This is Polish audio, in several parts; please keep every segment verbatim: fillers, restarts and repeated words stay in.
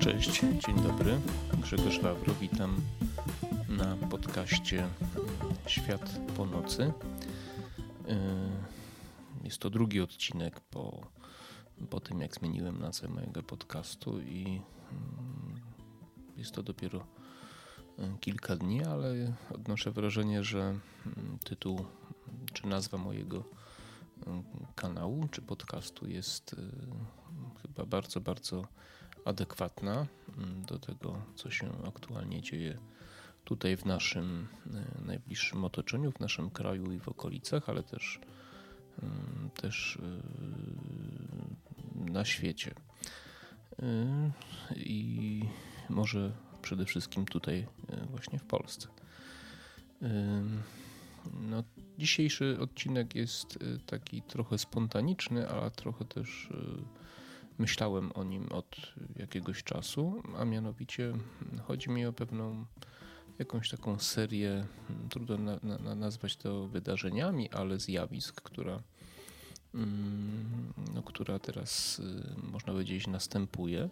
Cześć, dzień dobry. Grzegorz Wawro, witam na podcaście Świat po nocy. Jest to drugi odcinek po, po tym, jak zmieniłem nazwę mojego podcastu i jest to dopiero kilka dni, ale odnoszę wrażenie, że tytuł czy nazwa mojego kanału czy podcastu jest chyba bardzo, bardzo adekwatna do tego, co się aktualnie dzieje tutaj w naszym najbliższym otoczeniu, w naszym kraju i w okolicach, ale też, też na świecie. I może przede wszystkim tutaj właśnie w Polsce. No, dzisiejszy odcinek jest taki trochę spontaniczny, ale trochę też myślałem o nim od jakiegoś czasu, a mianowicie chodzi mi o pewną jakąś taką serię, trudno na, na, nazwać to wydarzeniami, ale zjawisk, która, no, która teraz można powiedzieć następuje.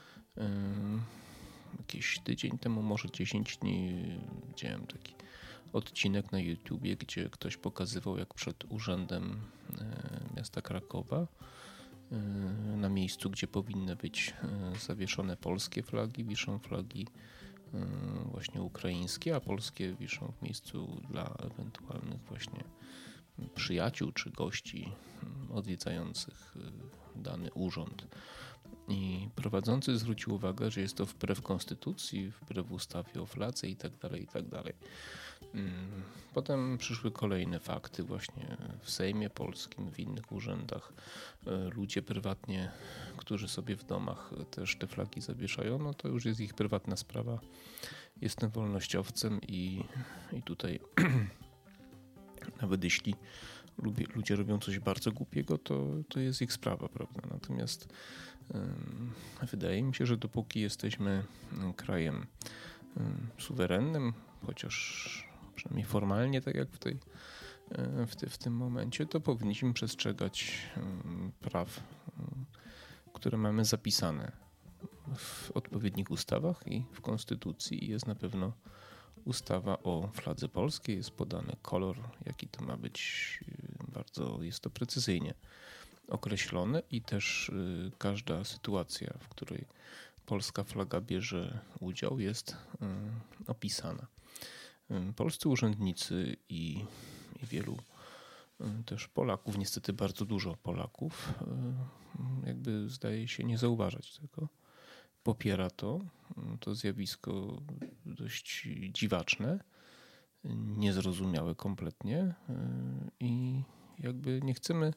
Jakiś tydzień temu, może dziesięć dni widziałem taki odcinek na YouTubie, gdzie ktoś pokazywał, jak przed urzędem miasta Krakowa, na miejscu, gdzie powinny być zawieszone polskie flagi, wiszą flagi właśnie ukraińskie, a polskie wiszą w miejscu dla ewentualnych właśnie przyjaciół czy gości odwiedzających dany urząd. I prowadzący zwrócił uwagę, że jest to wbrew konstytucji, wbrew ustawie o fladze i tak dalej, i tak dalej. Potem przyszły kolejne fakty właśnie w Sejmie Polskim, w innych urzędach. Ludzie prywatnie, którzy sobie w domach też te flagi zawieszają, no to już jest ich prywatna sprawa. Jestem wolnościowcem i, i tutaj nawet jeśli lubię, ludzie robią coś bardzo głupiego, to, to jest ich sprawa, prawda? Natomiast um, wydaje mi się, że dopóki jesteśmy krajem um, suwerennym, chociaż przynajmniej formalnie, tak jak w, tej, w, te, w tym momencie, to powinniśmy przestrzegać um, praw, um, które mamy zapisane w odpowiednich ustawach i w konstytucji. Jest na pewno ustawa o fladze polskiej, jest podany kolor, jaki to ma być, bardzo jest to precyzyjnie określone i też każda sytuacja, w której polska flaga bierze udział, jest opisana. Polscy urzędnicy i, i wielu też Polaków, niestety bardzo dużo Polaków, jakby zdaje się nie zauważać tego. Popiera to, to zjawisko dość dziwaczne, niezrozumiałe kompletnie i jakby nie chcemy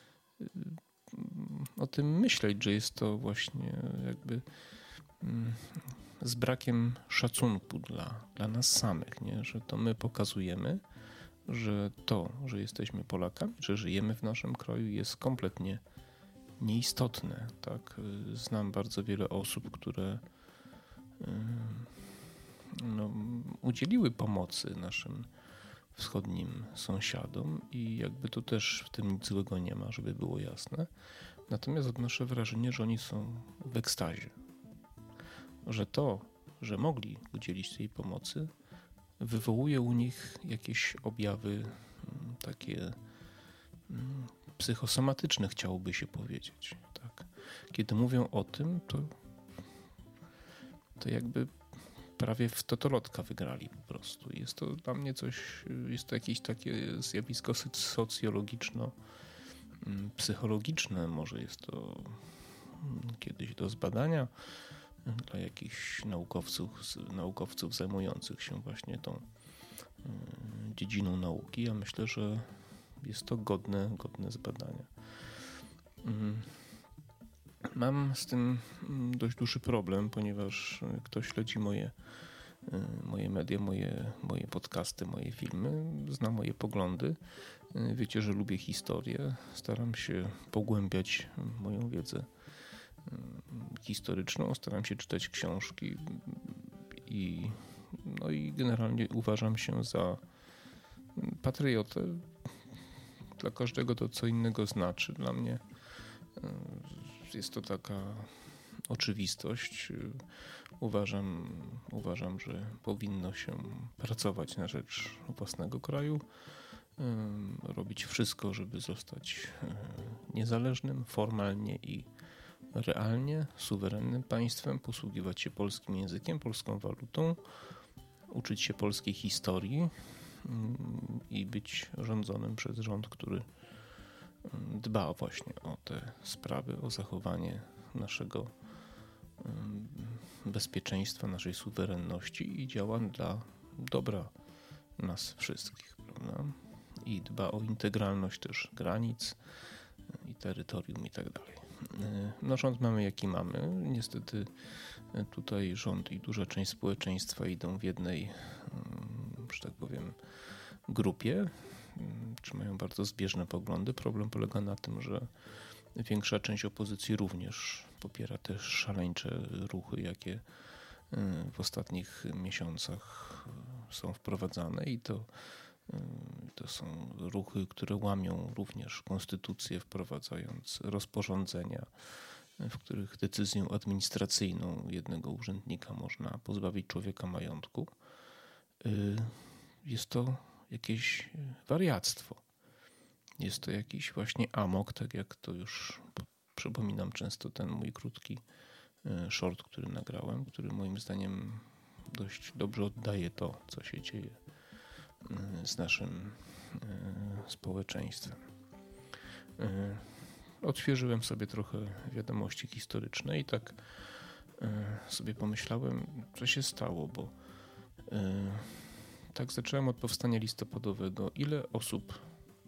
o tym myśleć, że jest to właśnie jakby z brakiem szacunku dla, dla nas samych, nie? Że to my pokazujemy, że to, że jesteśmy Polakami, że żyjemy w naszym kraju jest kompletnie nieistotne. Tak? Znam bardzo wiele osób, które no, udzieliły pomocy naszym wschodnim sąsiadom i jakby tu też w tym nic złego nie ma, żeby było jasne. Natomiast odnoszę wrażenie, że oni są w ekstazie. Że to, że mogli udzielić tej pomocy, wywołuje u nich jakieś objawy takie psychosomatyczne, chciałoby się powiedzieć. Tak. Kiedy mówią o tym, to, to jakby prawie w totolotka wygrali po prostu. Jest to dla mnie coś, jest to jakieś takie zjawisko socjologiczno-psychologiczne. Może jest to kiedyś do zbadania dla jakichś naukowców, naukowców zajmujących się właśnie tą dziedziną nauki. Ja myślę, że jest to godne, godne zbadania. Mam z tym dość duży problem, ponieważ kto śledzi moje, moje media, moje, moje podcasty, moje filmy, zna moje poglądy. Wiecie, że lubię historię. Staram się pogłębiać moją wiedzę historyczną. Staram się czytać książki i, no i generalnie uważam się za patriotę. Dla każdego to co innego znaczy. Dla mnie jest to taka oczywistość. Uważam, uważam, że powinno się pracować na rzecz własnego kraju, robić wszystko, żeby zostać niezależnym formalnie i realnie, suwerennym państwem, posługiwać się polskim językiem, polską walutą, uczyć się polskiej historii i być rządzonym przez rząd, który dba właśnie o te sprawy, o zachowanie naszego bezpieczeństwa, naszej suwerenności i działa dla dobra nas wszystkich, prawda? I dba o integralność też granic i terytorium i tak dalej. No rząd mamy jaki mamy. Niestety tutaj rząd i duża część społeczeństwa idą w jednej, że tak powiem, grupie, czy mają bardzo zbieżne poglądy. Problem polega na tym, że większa część opozycji również popiera te szaleńcze ruchy, jakie w ostatnich miesiącach są wprowadzane i to, to są ruchy, które łamią również konstytucję, wprowadzając rozporządzenia, w których decyzją administracyjną jednego urzędnika można pozbawić człowieka majątku. Jest to jakieś wariactwo. Jest to jakiś właśnie amok, tak jak to już przypominam często ten mój krótki short, który nagrałem, który moim zdaniem dość dobrze oddaje to, co się dzieje z naszym społeczeństwem. Odświeżyłem sobie trochę wiadomości historyczne i tak sobie pomyślałem, co się stało, bo tak zacząłem od powstania listopadowego. Ile osób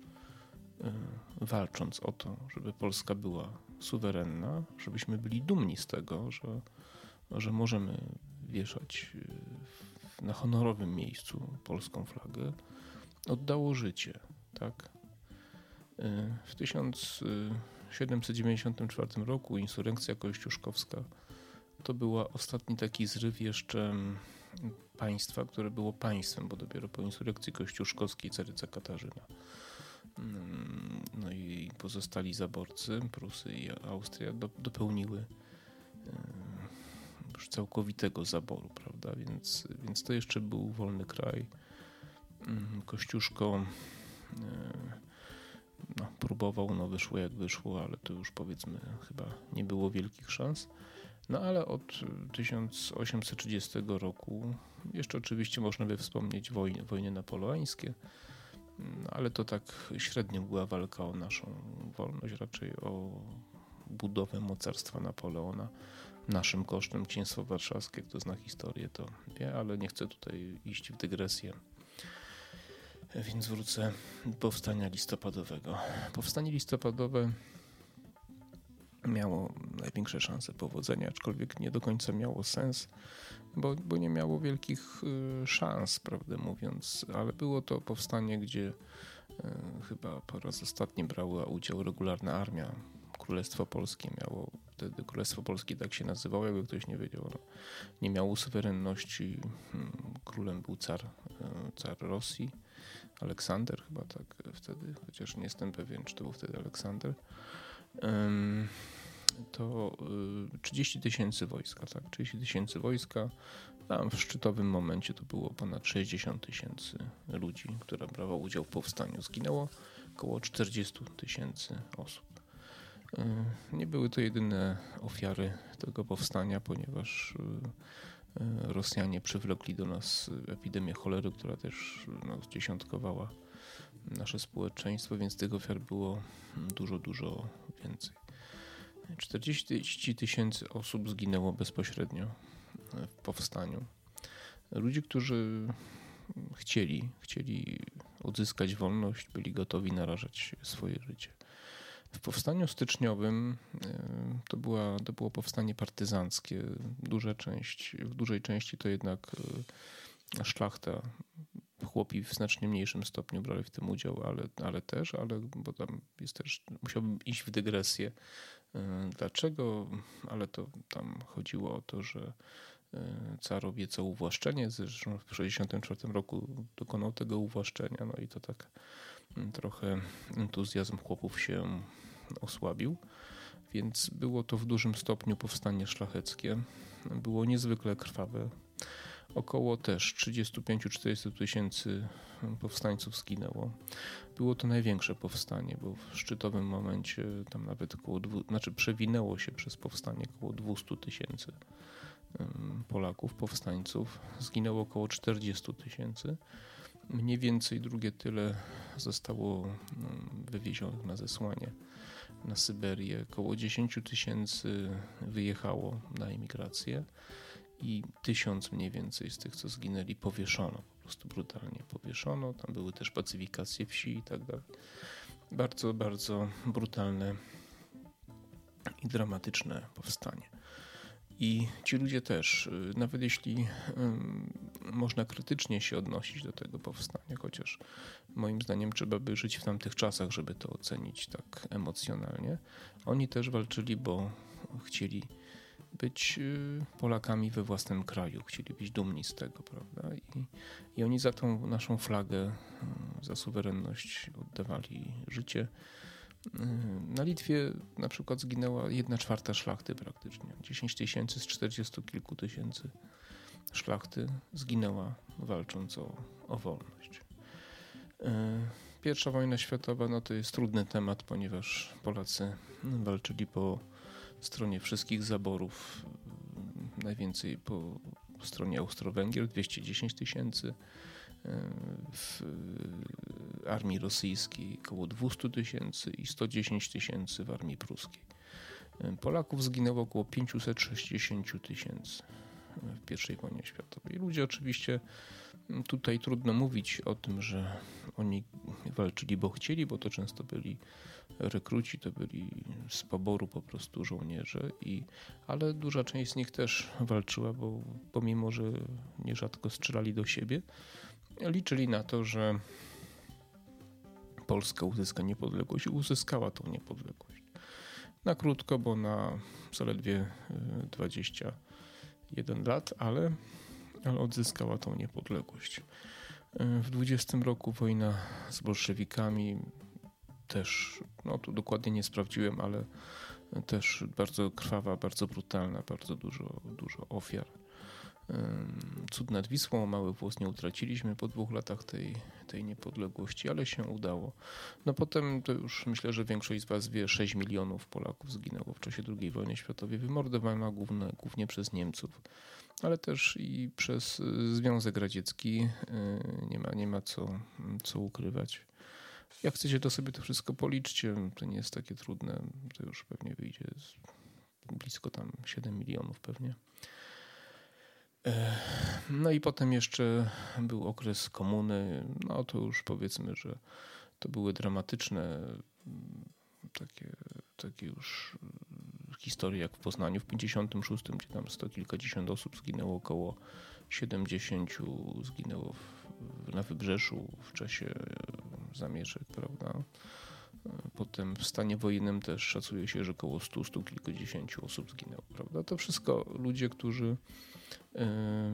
walcząc o to, żeby Polska była suwerenna, żebyśmy byli dumni z tego, że, że możemy wieszać na honorowym miejscu polską flagę, oddało życie, tak? W tysiąc siedemset dziewięćdziesiątym czwartym roku insurekcja kościuszkowska to była ostatni taki zryw jeszcze państwa, które było państwem, bo dopiero po insurekcji kościuszkowskiej caryca Katarzyna, no i pozostali zaborcy, Prusy i Austria do, dopełniły już całkowitego zaboru, prawda? Więc, więc to jeszcze był wolny kraj. Kościuszko no, próbował, no wyszło jak wyszło, ale to już powiedzmy chyba nie było wielkich szans. No ale od tysiąc osiemset trzydziestego roku jeszcze oczywiście można by wspomnieć wojny, wojny napoleońskie, no, ale to tak średnio była walka o naszą wolność, raczej o budowę mocarstwa Napoleona naszym kosztem. Księstwo Warszawskie, kto zna historię, to wie, ale nie chcę tutaj iść w dygresję. Więc wrócę do powstania listopadowego. Powstanie listopadowe miało największe szanse powodzenia, aczkolwiek nie do końca miało sens, bo, bo nie miało wielkich y, szans, prawdę mówiąc, ale było to powstanie, gdzie y, chyba po raz ostatni brała udział regularna armia. Królestwo Polskie miało, wtedy Królestwo Polskie tak się nazywało, jakby ktoś nie wiedział, no, nie miało suwerenności, królem był car, car Rosji, Aleksander chyba tak wtedy, chociaż nie jestem pewien, czy to był wtedy Aleksander. Um, to y, trzydzieści tysięcy wojska, tak, trzydzieści tysięcy wojska, tam w szczytowym momencie to było ponad sześćdziesiąt tysięcy ludzi, która brała udział w powstaniu. Zginęło około czterdzieści tysięcy osób. Nie były to jedyne ofiary tego powstania, ponieważ Rosjanie przywlekli do nas epidemię cholery, która też no, zdziesiątkowała nasze społeczeństwo, więc tych ofiar było dużo, dużo więcej. czterdzieści tysięcy osób zginęło bezpośrednio w powstaniu. Ludzie, którzy chcieli, chcieli odzyskać wolność, byli gotowi narażać swoje życie. W powstaniu styczniowym to, była, to było powstanie partyzanckie. Duża część, w dużej części to jednak szlachta, chłopi w znacznie mniejszym stopniu brali w tym udział, ale, ale też, ale bo tam jest też, musiałbym iść w dygresję. Dlaczego? Ale to tam chodziło o to, że car obiecał uwłaszczenie, zresztą w tysiąc dziewięćset sześćdziesiątym czwartym roku dokonał tego uwłaszczenia, no i to tak trochę entuzjazm chłopów się osłabił, Więc było to w dużym stopniu powstanie szlacheckie. Było niezwykle krwawe. Około też trzydzieści pięć do czterdziestu tysięcy powstańców zginęło. Było to największe powstanie, bo w szczytowym momencie tam nawet około, dwu, znaczy przewinęło się przez powstanie około dwieście tysięcy Polaków, powstańców. Zginęło około czterdzieści tysięcy. Mniej więcej drugie tyle zostało wywiezionych na zesłanie na Syberię. Około dziesięć tysięcy wyjechało na emigrację i tysiąc mniej więcej z tych, co zginęli, powieszono. Po prostu brutalnie powieszono. Tam były też pacyfikacje wsi i tak dalej. Bardzo, bardzo brutalne i dramatyczne powstanie. I ci ludzie też, nawet jeśli um, można krytycznie się odnosić do tego powstania, chociaż moim zdaniem trzeba by żyć w tamtych czasach, żeby to ocenić tak emocjonalnie, oni też walczyli, bo chcieli być Polakami we własnym kraju, chcieli być dumni z tego, prawda? I, i oni za tą naszą flagę, za suwerenność oddawali życie. Na Litwie na przykład zginęła jedna czwarta szlachty praktycznie. dziesięć tysięcy z czterdziestu kilku tysięcy szlachty zginęła walcząc o, o wolność. Pierwsza wojna światowa no to jest trudny temat, ponieważ Polacy walczyli po stronie wszystkich zaborów. Najwięcej po stronie Austro-Węgier, dwieście dziesięć tysięcy. W armii rosyjskiej około dwieście tysięcy i sto dziesięć tysięcy w armii pruskiej. Polaków zginęło około pięćset sześćdziesiąt tysięcy w pierwszej wojnie światowej. Ludzie oczywiście, tutaj trudno mówić o tym, że oni walczyli, bo chcieli, bo to często byli rekruci, to byli z poboru po prostu żołnierze, i, ale duża część z nich też walczyła, bo pomimo, że nierzadko strzelali do siebie, liczyli na to, że Polska uzyska niepodległość i uzyskała tą niepodległość. Na krótko, bo na zaledwie dwadzieścia jeden lat, ale, ale odzyskała tą niepodległość. W dwudziestym roku wojna z bolszewikami też, no tu dokładnie nie sprawdziłem, ale też bardzo krwawa, bardzo brutalna, bardzo dużo, dużo ofiar. Cud nad Wisłą, mały włos nie utraciliśmy po dwóch latach tej, tej niepodległości, ale się udało. No potem to już myślę, że większość z was wie, sześć milionów Polaków zginęło w czasie drugiej wojny światowej, wymordowana głównie, głównie przez Niemców, ale też i przez Związek Radziecki. Nie ma, nie ma co, co ukrywać. Jak chcecie, to sobie to wszystko policzcie, to nie jest takie trudne, to już pewnie wyjdzie blisko tam siedem milionów pewnie. No i potem jeszcze był okres komuny, no to już powiedzmy, że to były dramatyczne takie, takie już historie jak w Poznaniu w pięćdziesiątym szóstym, gdzie tam sto kilkadziesiąt osób zginęło, około siedemdziesięciu zginęło w, na Wybrzeszu w czasie zamieszek, prawda? Potem w stanie wojennym też szacuje się, że około stu, stu kilkudziesięciu osób zginęło, prawda? To wszystko ludzie, którzy yy,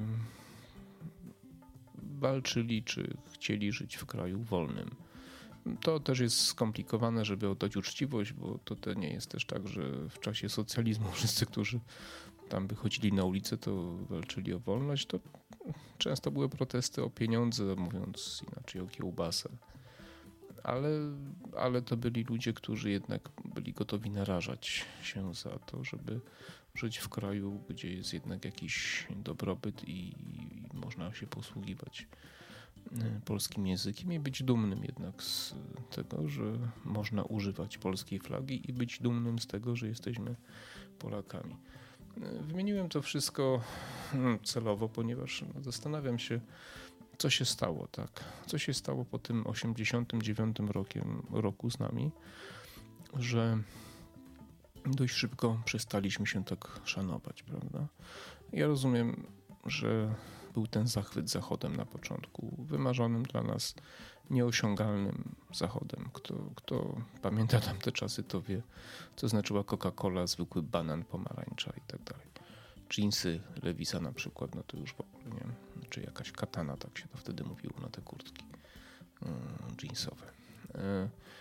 walczyli czy chcieli żyć w kraju wolnym. To też jest skomplikowane, żeby oddać uczciwość, bo to, to nie jest też tak, że w czasie socjalizmu wszyscy, którzy tam wychodzili na ulicę, to walczyli o wolność. To często były protesty o pieniądze, mówiąc inaczej, o kiełbasę. Ale, ale to byli ludzie, którzy jednak byli gotowi narażać się za to, żeby żyć w kraju, gdzie jest jednak jakiś dobrobyt i, i można się posługiwać polskim językiem i być dumnym jednak z tego, że można używać polskiej flagi i być dumnym z tego, że jesteśmy Polakami. Wymieniłem to wszystko celowo, ponieważ zastanawiam się, co się stało, tak? Co się stało po tym osiemdziesiątym dziewiątym rokiem, roku z nami, że dość szybko przestaliśmy się tak szanować, prawda? Ja rozumiem, że był ten zachwyt Zachodem na początku, wymarzonym dla nas, nieosiągalnym Zachodem. Kto, kto pamięta tamte czasy, to wie, co znaczyła Coca-Cola, zwykły banan, pomarańcza i tak dalej. Jeansy Lewisa na przykład, no to już w ogóle, nie? Czy jakaś katana, tak się to wtedy mówiło na te kurtki jeansowe.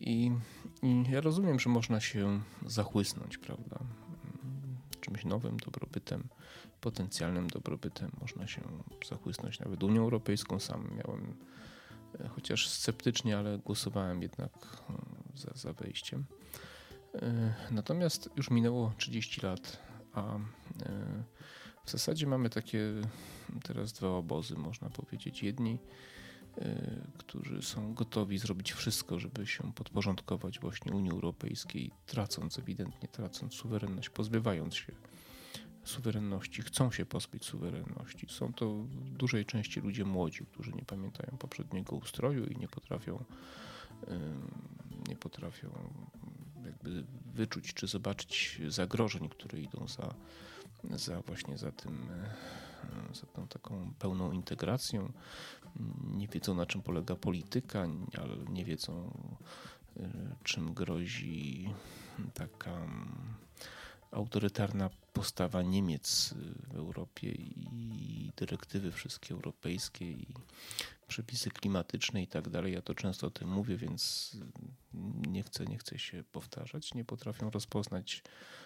I, I ja rozumiem, że można się zachłysnąć, prawda? Czymś nowym dobrobytem, potencjalnym dobrobytem. Można się zachłysnąć nawet Unią Europejską. Sam miałem, chociaż sceptycznie, ale głosowałem jednak za, za wejściem. Natomiast już minęło trzydzieści lat, a w zasadzie mamy takie teraz dwa obozy, można powiedzieć. Jedni, którzy są gotowi zrobić wszystko, żeby się podporządkować właśnie Unii Europejskiej, tracąc, ewidentnie tracąc suwerenność, pozbywając się suwerenności, chcą się pozbyć suwerenności. Są to w dużej części ludzie młodzi, którzy nie pamiętają poprzedniego ustroju i nie potrafią nie potrafią jakby wyczuć czy zobaczyć zagrożeń, które idą za, za właśnie za tym, za tą taką pełną integracją. Nie wiedzą, na czym polega polityka, ale nie wiedzą, czym grozi taka autorytarna postawa Niemiec w Europie i dyrektywy wszystkie europejskie i przepisy klimatyczne i tak dalej. Ja to często o tym mówię, więc nie chcę, nie chcę się powtarzać. Nie potrafią rozpoznać,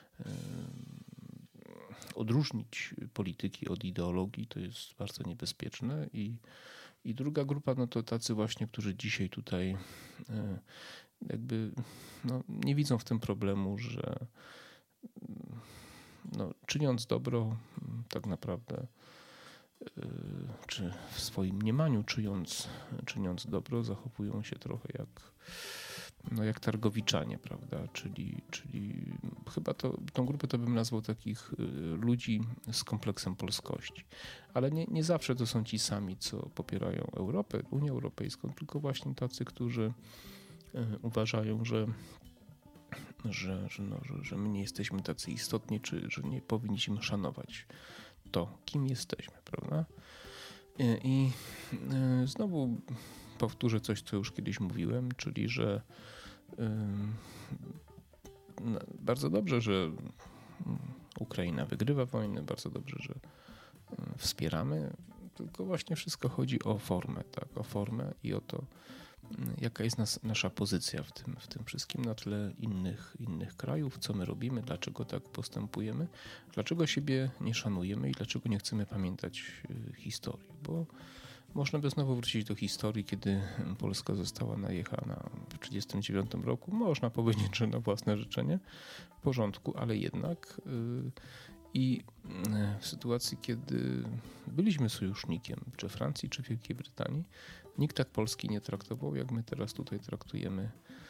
odróżnić polityki od ideologii. To jest bardzo niebezpieczne. I, i druga grupa, no to tacy właśnie, którzy dzisiaj tutaj jakby no, nie widzą w tym problemu, że no, czyniąc dobro, tak naprawdę, czy w swoim mniemaniu czyniąc, czyniąc dobro, zachowują się trochę jak, no, jak targowiczanie, prawda? Czyli, czyli chyba to, tą grupę to bym nazwał takich ludzi z kompleksem polskości. Ale nie, nie zawsze to są ci sami, co popierają Europę, Unię Europejską, tylko właśnie tacy, którzy uważają, że Że, że, no, że, że my nie jesteśmy tacy istotni, czy że nie powinniśmy szanować to, kim jesteśmy, prawda? I, i znowu powtórzę coś, co już kiedyś mówiłem, czyli że y, no, bardzo dobrze, że Ukraina wygrywa wojnę, bardzo dobrze, że wspieramy, tylko właśnie wszystko chodzi o formę, tak, o formę i o to, jaka jest nas, nasza pozycja w tym, w tym wszystkim na tle innych, innych krajów, co my robimy, dlaczego tak postępujemy, dlaczego siebie nie szanujemy i dlaczego nie chcemy pamiętać historii, bo można by znowu wrócić do historii, kiedy Polska została najechana w tysiąc dziewięćset trzydziestym dziewiątym roku. Można powiedzieć, że na własne życzenie, w porządku, ale jednak yy, i w sytuacji, kiedy byliśmy sojusznikiem, czy Francji, czy Wielkiej Brytanii, nikt tak Polski nie traktował, jak my teraz tutaj traktujemy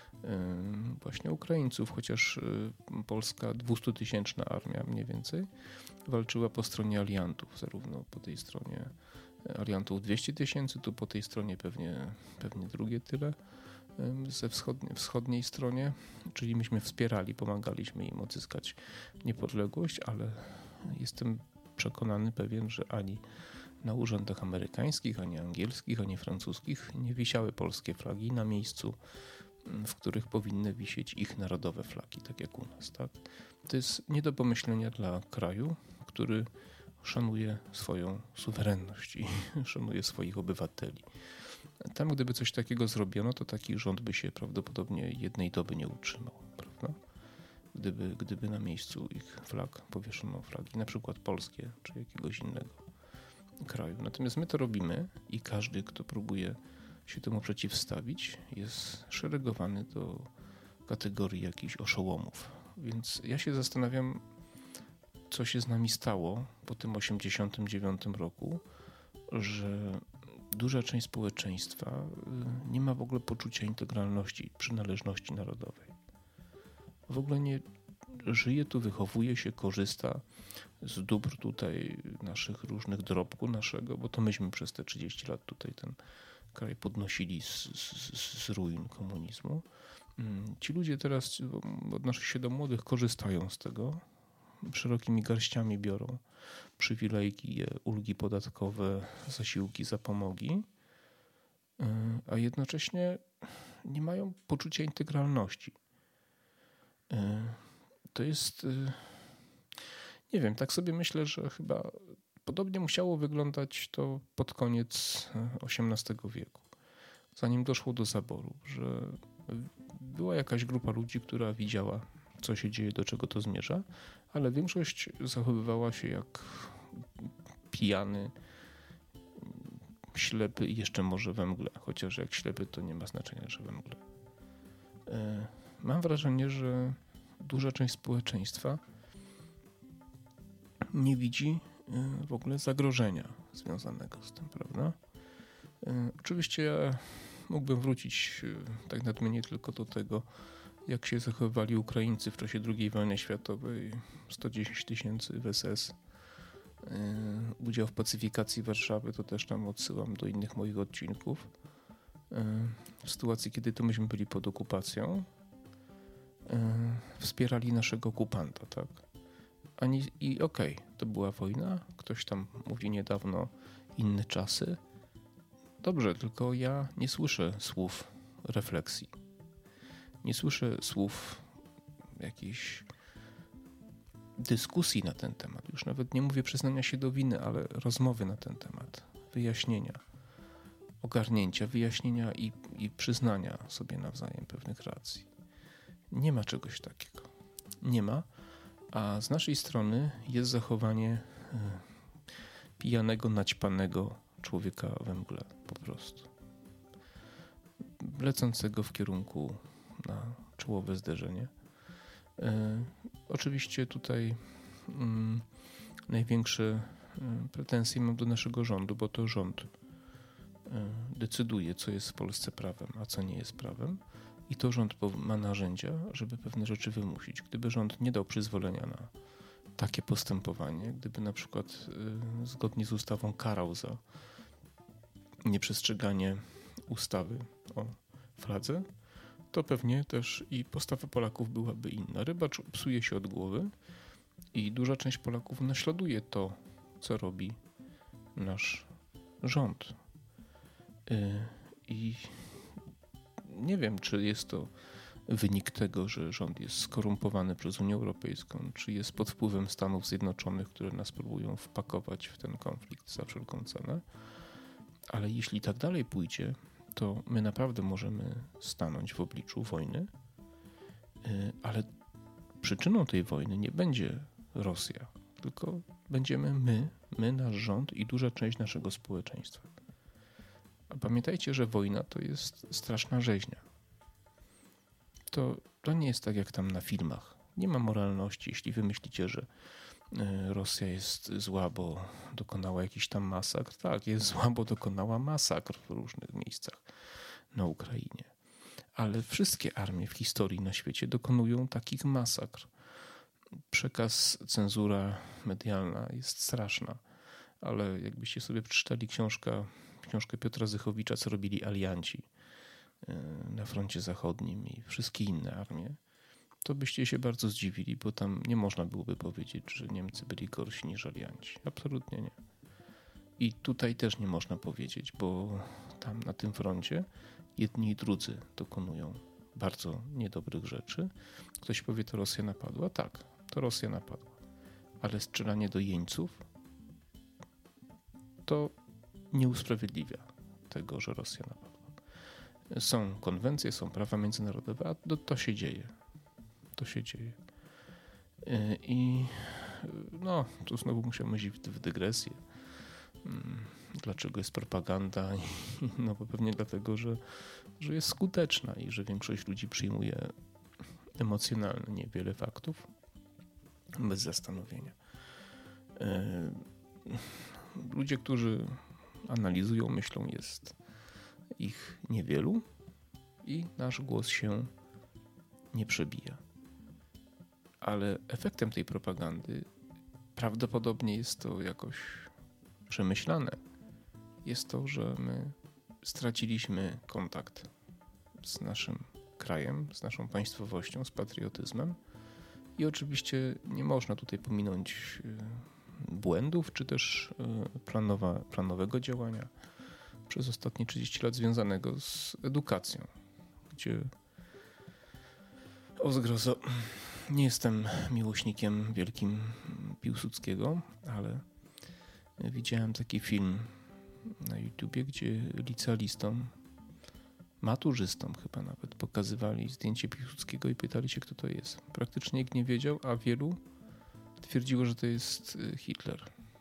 właśnie Ukraińców, chociaż Polska dwustutysięczna armia mniej więcej walczyła po stronie aliantów, zarówno po tej stronie aliantów dwieście tysięcy, tu po tej stronie pewnie, pewnie drugie tyle ze wschodniej, wschodniej stronie, czyli myśmy wspierali, pomagaliśmy im odzyskać niepodległość, ale jestem przekonany, pewien, że ani na urzędach amerykańskich, ani angielskich, ani francuskich nie wisiały polskie flagi na miejscu, w których powinny wisieć ich narodowe flagi, tak jak u nas. Tak? To jest nie do pomyślenia dla kraju, który szanuje swoją suwerenność i szanuje swoich obywateli. Tam, gdyby coś takiego zrobiono, to taki rząd by się prawdopodobnie jednej doby nie utrzymał, prawda? Gdyby, gdyby na miejscu ich flag powieszono flagi, na przykład polskie, czy jakiegoś innego kraju. Natomiast my to robimy i każdy, kto próbuje się temu przeciwstawić, jest szeregowany do kategorii jakichś oszołomów. Więc ja się zastanawiam, co się z nami stało po tym osiemdziesiątym dziewiątym roku, że duża część społeczeństwa nie ma w ogóle poczucia integralności, przynależności narodowej. W ogóle nie żyje tu, wychowuje się, korzysta z dóbr tutaj naszych różnych dorobku naszego, bo to myśmy przez te trzydzieści lat tutaj ten kraj podnosili z, z, z ruin komunizmu. Ci ludzie teraz, odnoszę się do młodych, korzystają z tego, szerokimi garściami biorą przywilejki, ulgi podatkowe, zasiłki, zapomogi, a jednocześnie nie mają poczucia integralności. To jest, nie wiem, tak sobie myślę, że chyba podobnie musiało wyglądać to pod koniec osiemnastego wieku, zanim doszło do zaboru, że Była jakaś grupa ludzi, która widziała, co się dzieje, do czego to zmierza, ale większość zachowywała się jak pijany, ślepy i jeszcze może we mgle, chociaż jak ślepy to nie ma znaczenia, że we mgle. Mam wrażenie, że duża część społeczeństwa nie widzi w ogóle zagrożenia związanego z tym, prawda? Oczywiście ja mógłbym wrócić tak nadmienię tylko do tego, jak się zachowywali Ukraińcy w czasie drugiej wojny światowej. sto dziesięć tysięcy w S S. Udział w pacyfikacji Warszawy, to też tam odsyłam do innych moich odcinków. W sytuacji, kiedy to myśmy byli pod okupacją, wspierali naszego okupanta, tak? Ani, I okej, okay, to była wojna, ktoś tam mówi niedawno inne czasy. Dobrze, tylko ja nie słyszę słów refleksji. Nie słyszę słów jakiejś dyskusji na ten temat. Już nawet nie mówię przyznania się do winy, ale rozmowy na ten temat, wyjaśnienia, ogarnięcia, wyjaśnienia i, i przyznania sobie nawzajem pewnych racji. Nie ma czegoś takiego. Nie ma, a z naszej strony jest zachowanie y, pijanego, naćpanego człowieka we mgle po prostu. Lecącego w kierunku na czołowe zderzenie. E, oczywiście tutaj mm, największe y, pretensje mam do naszego rządu, bo to rząd y, decyduje, co jest w Polsce prawem, a co nie jest prawem. I to rząd ma narzędzia, żeby pewne rzeczy wymusić. Gdyby rząd nie dał przyzwolenia na takie postępowanie, gdyby na przykład y, zgodnie z ustawą karał za nieprzestrzeganie ustawy o fladze, to pewnie też i postawa Polaków byłaby inna. Rybacz psuje się od głowy i duża część Polaków naśladuje to, co robi nasz rząd. Yy, I nie wiem, czy jest to wynik tego, że rząd jest skorumpowany przez Unię Europejską, czy jest pod wpływem Stanów Zjednoczonych, które nas próbują wpakować w ten konflikt za wszelką cenę. Ale jeśli tak dalej pójdzie, to my naprawdę możemy stanąć w obliczu wojny, ale przyczyną tej wojny nie będzie Rosja, tylko będziemy my, my, nasz rząd i duża część naszego społeczeństwa. A pamiętajcie, że wojna to jest straszna rzeźnia. To, to nie jest tak jak tam na filmach. Nie ma moralności, jeśli wy myślicie, że Rosja jest zła, bo dokonała jakiś tam masakr. Tak, jest zła, bo dokonała masakr w różnych miejscach na Ukrainie. Ale wszystkie armie w historii na świecie dokonują takich masakr. Przekaz, cenzura medialna jest straszna, ale jakbyście sobie przeczytali książkę, książkę Piotra Zychowicza, co robili alianci na froncie zachodnim i wszystkie inne armie, to byście się bardzo zdziwili, bo tam nie można byłoby powiedzieć, że Niemcy byli gorsi niż alianci. Absolutnie nie. I tutaj też nie można powiedzieć, bo tam na tym froncie jedni i drudzy dokonują bardzo niedobrych rzeczy. Ktoś powie, to Rosja napadła. Tak, to Rosja napadła. Ale strzelanie do jeńców to nie usprawiedliwia tego, że Rosja napadła. Są konwencje, są prawa międzynarodowe, a to, to się dzieje. To się dzieje. I no, tu znowu musiałem iść w dygresję. Dlaczego jest propaganda? No bo pewnie dlatego, że, że jest skuteczna i że większość ludzi przyjmuje emocjonalnie wiele faktów bez zastanowienia. Ludzie, którzy analizują, myślą, jest ich niewielu i nasz głos się nie przebija. Ale efektem tej propagandy prawdopodobnie jest to jakoś przemyślane. Jest to, że my straciliśmy kontakt z naszym krajem, z naszą państwowością, z patriotyzmem i oczywiście nie można tutaj pominąć błędów, czy też planowa, planowego działania przez ostatnie trzydzieści lat związanego z edukacją, gdzie o zgrozo, nie jestem miłośnikiem wielkim Piłsudskiego, ale widziałem taki film na YouTubie, gdzie licealistom maturzystom chyba nawet pokazywali zdjęcie Piłsudskiego i pytali się, kto to jest. Praktycznie nikt nie wiedział, a wielu twierdziło, że to jest Hitler.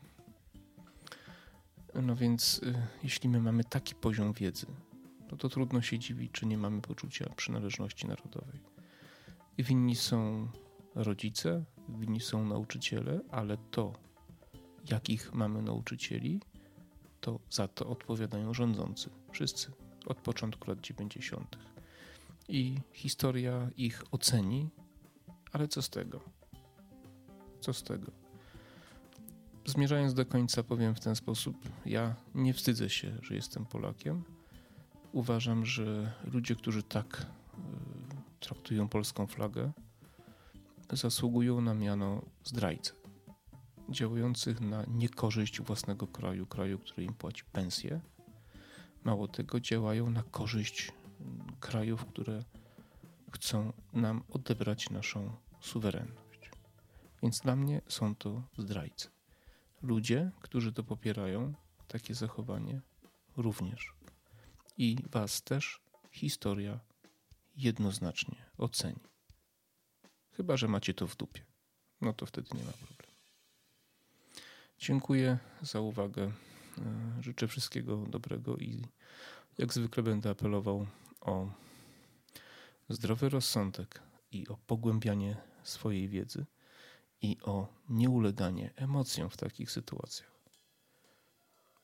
No więc jeśli my mamy taki poziom wiedzy, no to trudno się dziwić, czy nie mamy poczucia przynależności narodowej. I winni są rodzice, winni są nauczyciele, ale to, jakich mamy nauczycieli, to za to odpowiadają rządzący. Wszyscy. Od początku lat dziewięćdziesiątych. I historia ich oceni, ale co z tego? Co z tego? Zmierzając do końca, powiem w ten sposób. Ja nie wstydzę się, że jestem Polakiem. Uważam, że ludzie, którzy tak y, traktują polską flagę, zasługują na miano zdrajcy, działających na niekorzyść własnego kraju, kraju, który im płaci pensję. Mało tego, działają na korzyść krajów, które chcą nam odebrać naszą suwerenność. Więc dla mnie są to zdrajcy. Ludzie, którzy to popierają, takie zachowanie również. I was też historia jednoznacznie oceni. Chyba że macie to w dupie. No to wtedy nie ma problemu. Dziękuję za uwagę. Życzę wszystkiego dobrego i jak zwykle będę apelował o zdrowy rozsądek i o pogłębianie swojej wiedzy i o nieuleganie emocjom w takich sytuacjach.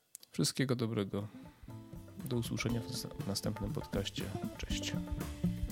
Wszystkiego dobrego. Do usłyszenia w następnym podcaście. Cześć.